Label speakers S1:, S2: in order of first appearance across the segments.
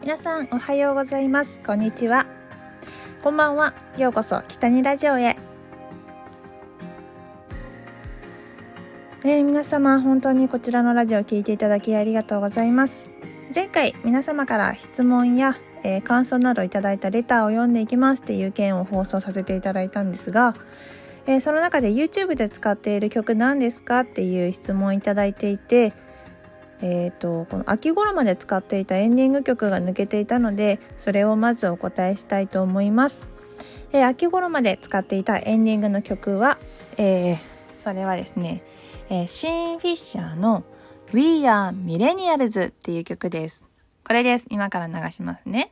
S1: 皆さんおはようございます。こんにちは。こんばんは。ようこそ北にラジオへ。皆様本当にこちらのラジオを聞いていただきありがとうございます。前回皆様から質問や、感想などいただいたレターを読んでいきますっていう件を放送させていただいたんですが、その中で YouTube で使っている曲何ですかっていう質問をいただいていて、この秋頃まで使っていたエンディング曲が抜けていたので、それをまずお答えしたいと思います。秋頃まで使っていたエンディングの曲は、それはですね、シーン・フィッシャーの We Are Millennials っていう曲です。これです。今から流しますね。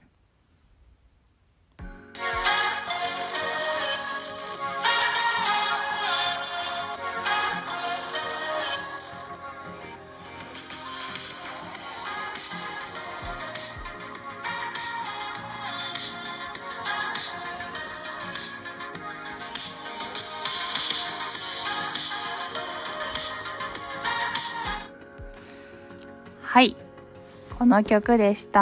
S1: はい、この曲でした。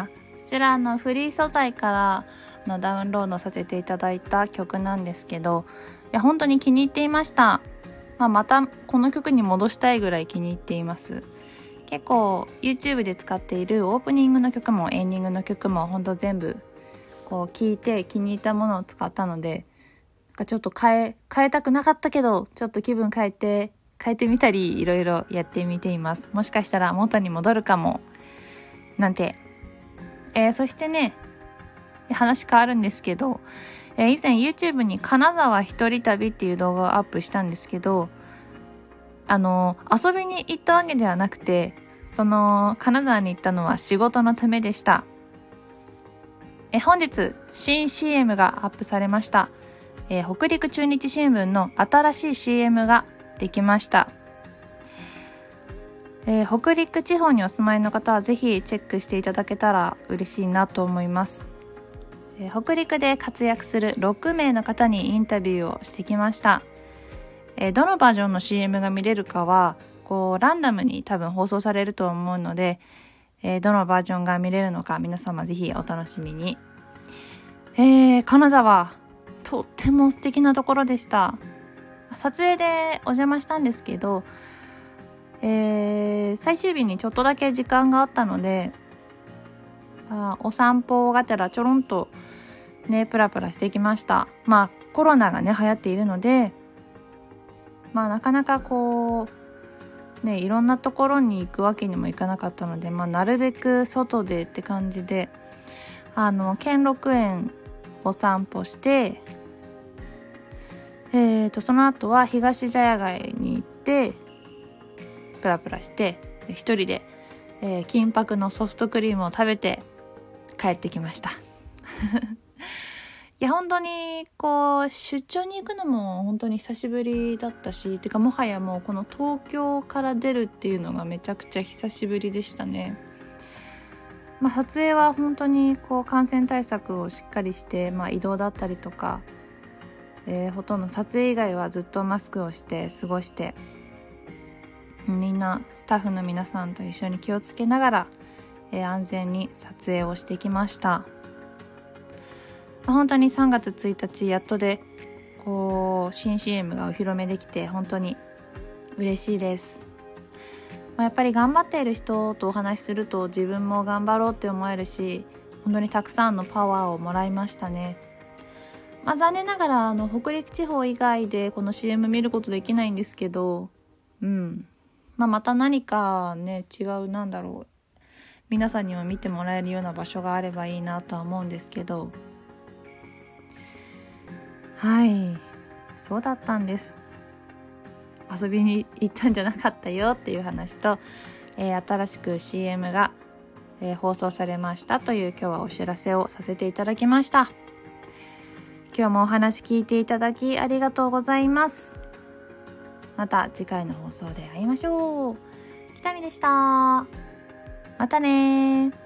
S1: こちらフリー素材からダウンロードさせていただいた曲なんですけど、いや本当に気に入っていました。またこの曲に戻したいぐらい気に入っています。結構 YouTube で使っているオープニングの曲もエンディングの曲も本当全部こう聴いて気に入ったものを使ったので、ちょっと変えたくなかったけど、ちょっと気分変えてみたり、いろいろやってみています。もしかしたら元に戻るかもなんて。そしてね、話変わるんですけど、以前 YouTube に金沢一人旅っていう動画をアップしたんですけど、遊びに行ったわけではなくて、その金沢に行ったのは仕事のためでした。本日新 CM がアップされました。北陸中日新聞の新しい CM ができました。北陸地方にお住まいの方はぜひチェックしていただけたら嬉しいなと思います。北陸で活躍する6名の方にインタビューをしてきました。どのバージョンの CM が見れるかはランダムに多分放送されると思うので、どのバージョンが見れるのか皆様ぜひお楽しみに。金沢とっても素敵なところでした。撮影でお邪魔したんですけど、最終日にちょっとだけ時間があったので、お散歩がてらちょろんとねプラプラしてきました。コロナがね流行っているので、なかなかいろんなところに行くわけにもいかなかったので、なるべく外でって感じで、兼六園お散歩して、その後は東茶屋街に行ってプラプラして一人で、金箔のソフトクリームを食べて帰ってきました。いや本当に出張に行くのも本当に久しぶりだったし、てかもはやもうこの東京から出るっていうのがめちゃくちゃ久しぶりでしたね。撮影は本当に感染対策をしっかりして、移動だったりとか、ほとんど撮影以外はずっとマスクをして過ごして、みんなスタッフの皆さんと一緒に気をつけながら、安全に撮影をしてきました。本当に3月1日やっとで新 CM がお披露目できて本当に嬉しいです。やっぱり頑張っている人とお話しすると自分も頑張ろうって思えるし、本当にたくさんのパワーをもらいましたね。残念ながら北陸地方以外でこの CM 見ることできないんですけど、また何かね違う皆さんにも見てもらえるような場所があればいいなとは思うんですけど、そうだったんです。遊びに行ったんじゃなかったよっていう話と、新しく CM が、放送されましたという今日はお知らせをさせていただきました。今日もお話聞いていただきありがとうございます。また次回の放送で会いましょう。きたりでした。またね。